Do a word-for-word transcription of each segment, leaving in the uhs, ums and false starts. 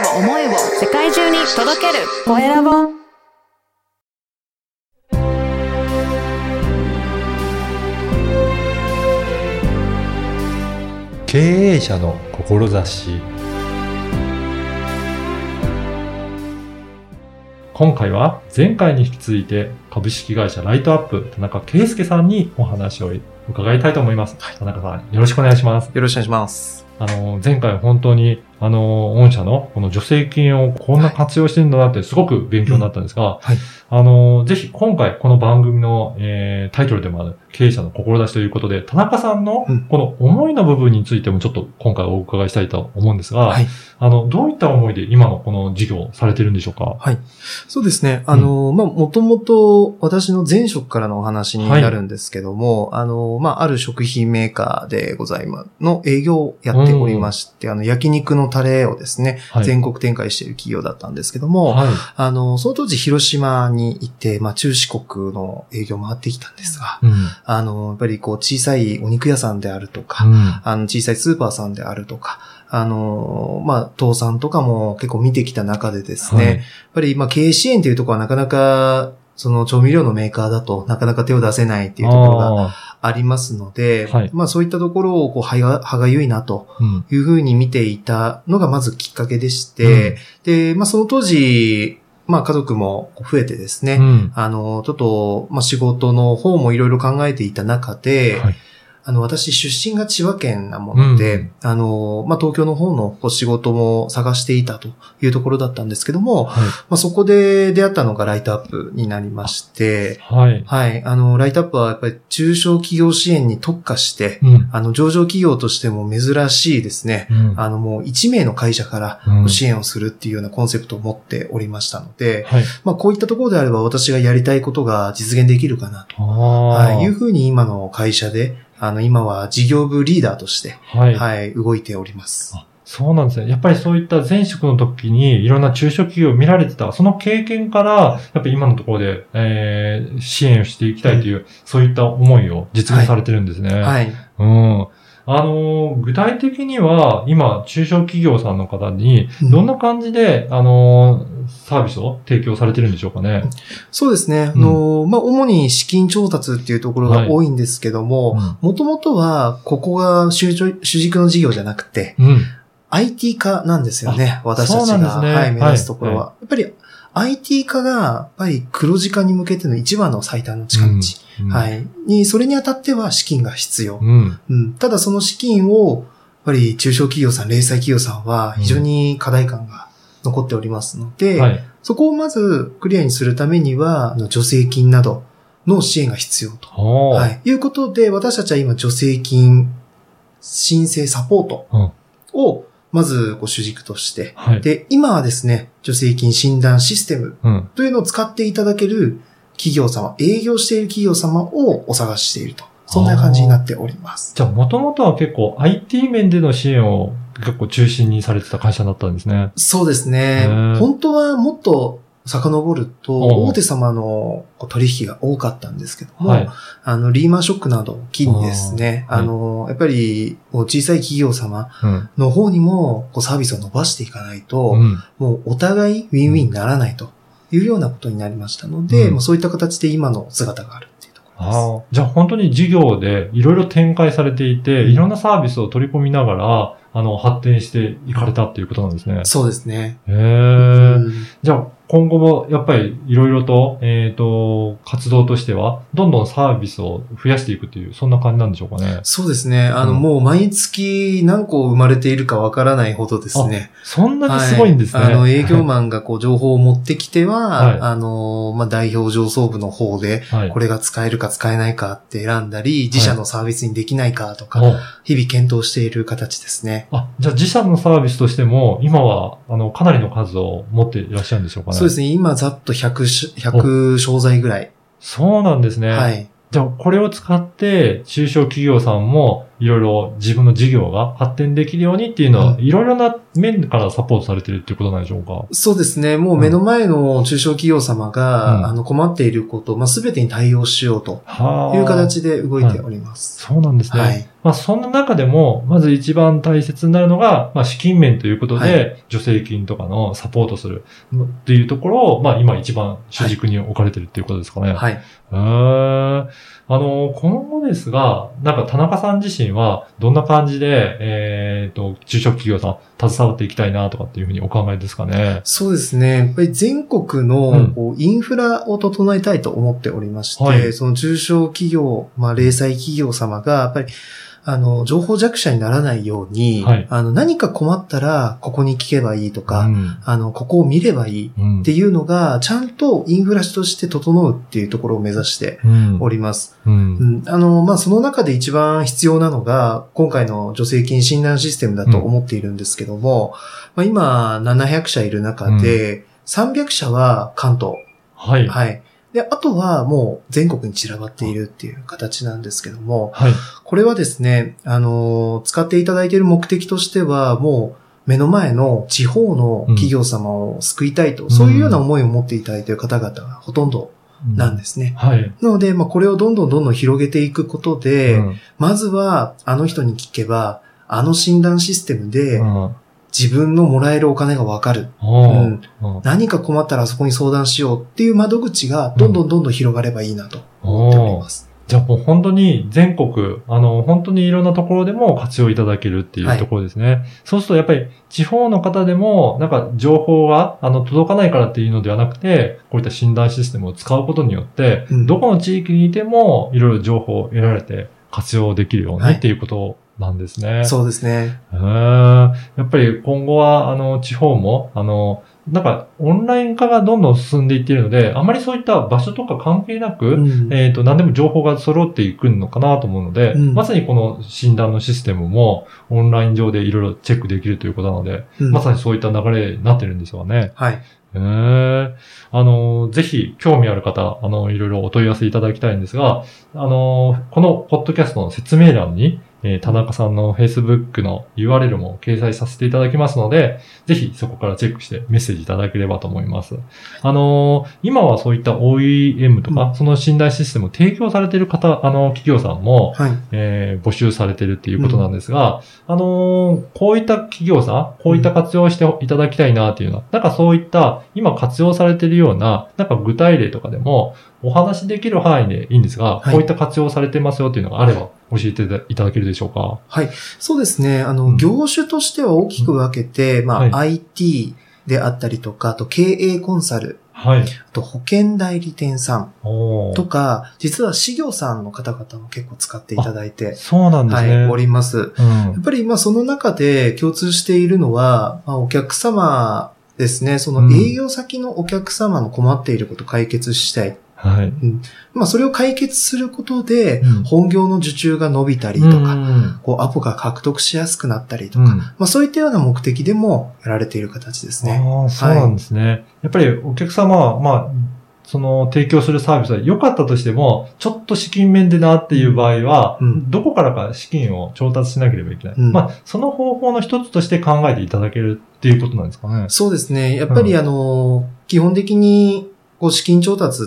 を思いを世界中に届けるコエラボ。 経営者の志。今回は前回に引き続いて株式会社ライトアップ田中圭介さんにお話を伺いたいと思います。はい、田中さんよろしくお願いします。 よろしくお願いします。 あの前回本当にあの御社のこの助成金をこんな活用してるんだなってすごく勉強になったんですが、はい、あのぜひ今回この番組の、えー、タイトルでもある経営者の志ということで田中さんのこの思いの部分についてもちょっと今回お伺いしたいと思うんですが、はい、あのどういった思いで今のこの事業をされてるんでしょうか。 はい、そうですね。あの、うん、まあもともと私の前職からのお話になるんですけども、はい、あのまあある食品メーカーでございますの営業をやっておりまして、うん、あの焼肉のタレをですね、はい、全国展開している企業だったんですけども、はい、あのその当時広島にいて、まあ中四国の営業を回ってきたんですが、うん、あのやっぱりこう小さいお肉屋さんであるとか、うん、あの小さいスーパーさんであるとか、あの、まあ、倒産とかも結構見てきた中でですね、はい、やっぱり、まあ、経営支援というところはなかなか、その調味料のメーカーだとなかなか手を出せないっていうところがありますので、はい、まあ、そういったところを、こう、歯が、歯がゆいなというふうに見ていたのがまずきっかけでして、うん、で、まあ、その当時、まあ家族も増えてですね、うん、あの、ちょっと、まあ仕事の方もいろいろ考えていた中で、はい、あの、私出身が千葉県なもので、うん、あの、まあ、東京の方の仕事も探していたというところだったんですけども、はい、まあ、そこで出会ったのがライトアップになりまして、はい。はい。あの、ライトアップはやっぱり中小企業支援に特化して、うん、あの、上場企業としても珍しいですね、うん、あの、もういち名の会社から支援をするっていうようなコンセプトを持っておりましたので、はい、まあ、こういったところであれば私がやりたいことが実現できるかなと、はい、いうふうに今の会社で、あの、今は事業部リーダーとして、はい、はい、動いております。 あ、そうなんですね。やっぱりそういった前職の時にいろんな中小企業を見られてた、その経験から、やっぱり今のところで、えー、支援をしていきたいという、うん、そういった思いを実現されてるんですね。はい。はい、うん。あの、具体的には、今、中小企業さんの方に、どんな感じで、うん、あの、サービスを提供されてるんでしょうかね。 そうですね。うん、あの、まあ、主に資金調達っていうところが多いんですけども、もともとは、ここが主軸の事業じゃなくて、うん、アイティー 化なんですよね。私たちが、ね、はい、目指すところは。はい、やっぱり、アイティー 化が、やっぱり黒字化に向けての一番の最短の近道。うんうん、はい。に、それにあたっては資金が必要。うんうん、ただその資金を、やっぱり中小企業さん、零細企業さんは非常に課題感が残っておりますので、うんはい、そこをまずクリアにするためには、助成金などの支援が必要と。はい。いうことで、私たちは今助成金申請サポートを、まずご主軸として、はい、で、今はですね、助成金診断システムというのを使っていただける企業様、営業している企業様をお探ししていると。そんな感じになっております。 じゃあ、もともとは結構 アイティー 面での支援を結構中心にされてた会社だったんですね。 そうですね。本当はもっと遡ると、大手様の取引が多かったんですけども、はい、あの、リーマンショックなどを機にですね、あ, あの、やっぱり、小さい企業様の方にも、こうサービスを伸ばしていかないと、うん、もうお互いウィンウィンにならないというようなことになりましたので、うん、そういった形で今の姿があるっていうところです。 あ、じゃあ本当に事業でいろいろ展開されていて、いろんなサービスを取り込みながら、あの、発展していかれたっていうことなんですね。 そうですね。 へー。うん、じゃあ、今後もやっぱりいろいろと、えっと、活動としては、どんどんサービスを増やしていくっていう、そんな感じなんでしょうかね。 そうですね。あの、うん、もう毎月何個生まれているかわからないほどですね。 そんなにすごいんですね。 はい、あの、営業マンがこう、情報を持ってきては、はい、あの、まあ、代表上層部の方で、これが使えるか使えないかって選んだり、自社のサービスにできないかとか、はい、日々検討している形ですね。 あ、じゃあ自社のサービスとしても、今は、あの、かなりの数を持っていらっしゃるんでしょうかね。 そうですね。今、ざっとひゃく、ひゃく商材ぐらい。 そうなんですね。はい。じゃあ、これを使って、中小企業さんも、いろいろ自分の事業が発展できるようにっていうのは、いろいろな面からサポートされているっていうことなんでしょうか？ そうですね。もう目の前の中小企業様が、うん、あの困っていること、まあ、全てに対応しようという形で動いております。 はいはい、そうなんですね。はい。 まあ、そんな中でも、まず一番大切になるのが、まあ、資金面ということで、はい、助成金とかのサポートするっていうところを、まあ、今一番主軸に置かれてるっていうことですかね。 はい。 えー、あの、今後ですが、なんか田中さん自身は、どんな感じで、えっと、中小企業さん、携わっていきたいなとかっていうふうにお考えですかね。 そうですね。やっぱり全国のこうインフラを整えたいと思っておりまして、はい、その中小企業、まあ、零細企業様が、やっぱり、あの、情報弱者にならないように、はい、あの、何か困ったら、ここに聞けばいいとか、うん、あの、ここを見ればいいっていうのが、ちゃんとインフラとして整うっていうところを目指しております。うんうん、あの、まあ、その中で一番必要なのが、今回の助成金診断システムだと思っているんですけども、まあ、今、ななひゃくしゃいる中で、さんびゃくしゃは関東。 はい。 はい。で、あとはもう全国に散らばっているっていう形なんですけども、はい、これはですね、あの、使っていただいている目的としては、もう目の前の地方の企業様を救いたいと、うん、そういうような思いを持っていただいている方々がほとんどなんですね。うん、はい。なので、まあ、これをどんどんどんどん広げていくことで、うん、まずは、あの人に聞けば、あの診断システムで、うん自分のもらえるお金がわかる、うん。何か困ったらそこに相談しようっていう窓口がどんどんどんどん広がればいいなと思っております。 うん、じゃあもう本当に全国、あの、本当にいろんなところでも活用いただけるっていうところですね。はい、そうするとやっぱり地方の方でもなんか情報があの届かないからっていうのではなくて、こういった診断システムを使うことによって、うん、どこの地域にいてもいろいろ情報を得られて活用できるようにっていうことを、はいなんですね。 そうですね。 えー、やっぱり今後は、あの、地方も、あの、なんか、オンライン化がどんどん進んでいっているので、あまりそういった場所とか関係なく、うん、えっと、何でも情報が揃っていくのかなと思うので、うん、まさにこの診断のシステムも、オンライン上でいろいろチェックできるということなので、うん、まさにそういった流れになってるんですよね。 はい。 えー、あの、ぜひ、興味ある方、あの、いろいろお問い合わせいただきたいんですが、あの、このポッドキャストの説明欄に、えー、田中さんの Facebook の ユーアールエル も掲載させていただきますので、ぜひそこからチェックしてメッセージいただければと思います。あのー、今はそういった オーイーエム とか、うん、その信頼システムを提供されている方、あの、企業さんも、はい、えー、募集されているっていうことなんですが、うん、あのー、こういった企業さん、こういった活用をしていただきたいなっていうのは、なんかそういった今活用されているような、なんか具体例とかでも、お話できる範囲でいいんですが、はい、こういった活用されてますよっていうのがあれば教えていただけるでしょうか。 はい。そうですね。あの、うん、業種としては大きく分けて、うん、まあ、はい、アイティー であったりとか、あと経営コンサル。はい。あと保険代理店さんとか、実は事業さんの方々も結構使っていただいて。 そうなんですね。 はい、おります。うん、やっぱりまあその中で共通しているのは、まあ、お客様ですね。その営業先のお客様の困っていることを解決したい。はい。うん。まあ、それを解決することで、うん、本業の受注が伸びたりとか、うん、こう、アポが獲得しやすくなったりとか、うん、まあ、そういったような目的でもやられている形ですね。 ああ、そうなんですね。はい、やっぱりお客様は、まあ、その提供するサービスは良かったとしても、ちょっと資金面でなっていう場合は、うん、どこからか資金を調達しなければいけない。うん、まあ、その方法の一つとして考えていただけるっていうことなんですかね。 そうですね。やっぱりあの、うん、基本的に、こう資金調達って、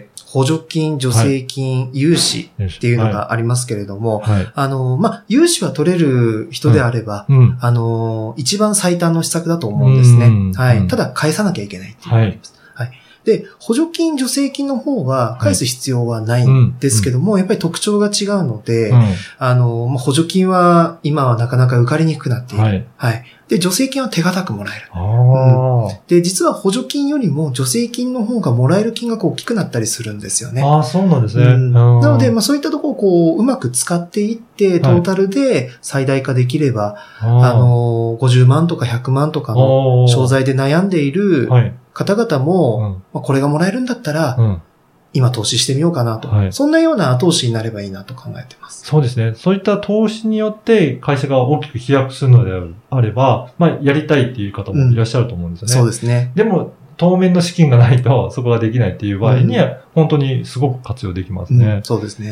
補助金、助成金、はい、融資っていうのがありますけれども、はいはい、あの、まあ、融資は取れる人であれば、うん、あの、一番最短の施策だと思うんですね。はい。ただ、返さなきゃいけないっていうのがあります。はい。で、補助金、助成金の方は返す必要はないんですけども、はい、やっぱり特徴が違うので、うん、あの、まあ、補助金は今はなかなか受かりにくくなっている。はい。はい。で、助成金は手堅くもらえる。うん、で、実は補助金よりも助成金の方がもらえる金額大きくなったりするんですよね。 ああ、そうなんですね。うん、 なので、まあそういったところをこう、うまく使っていって、トータルで最大化できれば、はい、あの、ごじゅうまんとかひゃくまんとかの商材で悩んでいる方々も、はい、まあ、これがもらえるんだったら、うん今投資してみようかなと、はい。そんなような後押しになればいいなと考えています。 そうですね。そういった投資によって会社が大きく飛躍するのであれば、まあやりたいっていう方もいらっしゃると思うんですよね。 うん、そうですね。 でも当面の資金がないとそこができないっていう場合には、本当にすごく活用できますね。 うん、そうですね。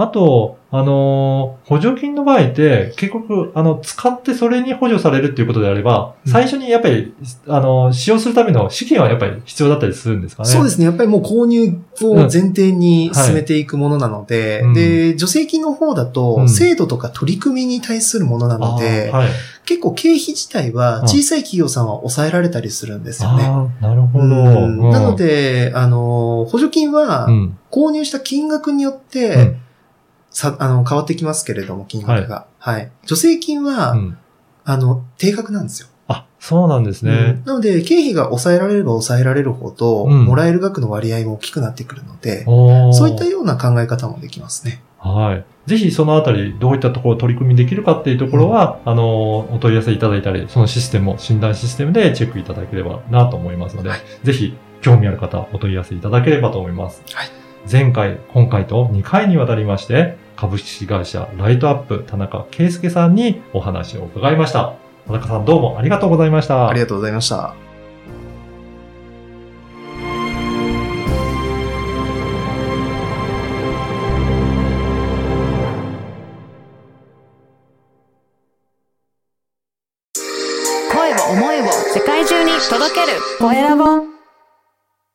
あと、あのー、補助金の場合って、結局、あの、使ってそれに補助されるっていうことであれば、 うん、 最初にやっぱり、あの、使用するための資金はやっぱり必要だったりするんですかね。 そうですね。やっぱりもう購入を前提に進めていくものなので、うんはい、で、助成金の方だと、制度とか取り組みに対するものなので、うんはい、結構経費自体は小さい企業さんは抑えられたりするんですよね。 あなるほど、うんうん。なので、あの、補助金は購入した金額によって、うんさ、あの、変わってきますけれども、金額が。はい。はい、助成金は、うん、あの、定額なんですよ。 あ、そうなんですね。うん、 なので、経費が抑えられれば抑えられるほど、うん、もらえる額の割合も大きくなってくるので、そういったような考え方もできますね。 はい。ぜひそのあたり、どういったところ取り組みできるかっていうところは、うん、あの、お問い合わせいただいたり、そのシステムを、診断システムでチェックいただければなと思いますので、はい、ぜひ、興味ある方、お問い合わせいただければと思います。はい。前回、今回とにかいにわたりまして、株式会社ライトアップ田中圭介さんにお話を伺いました。田中さんどうもありがとうございました。 ありがとうございました。 声を思いを世界中に届けるコエラボ。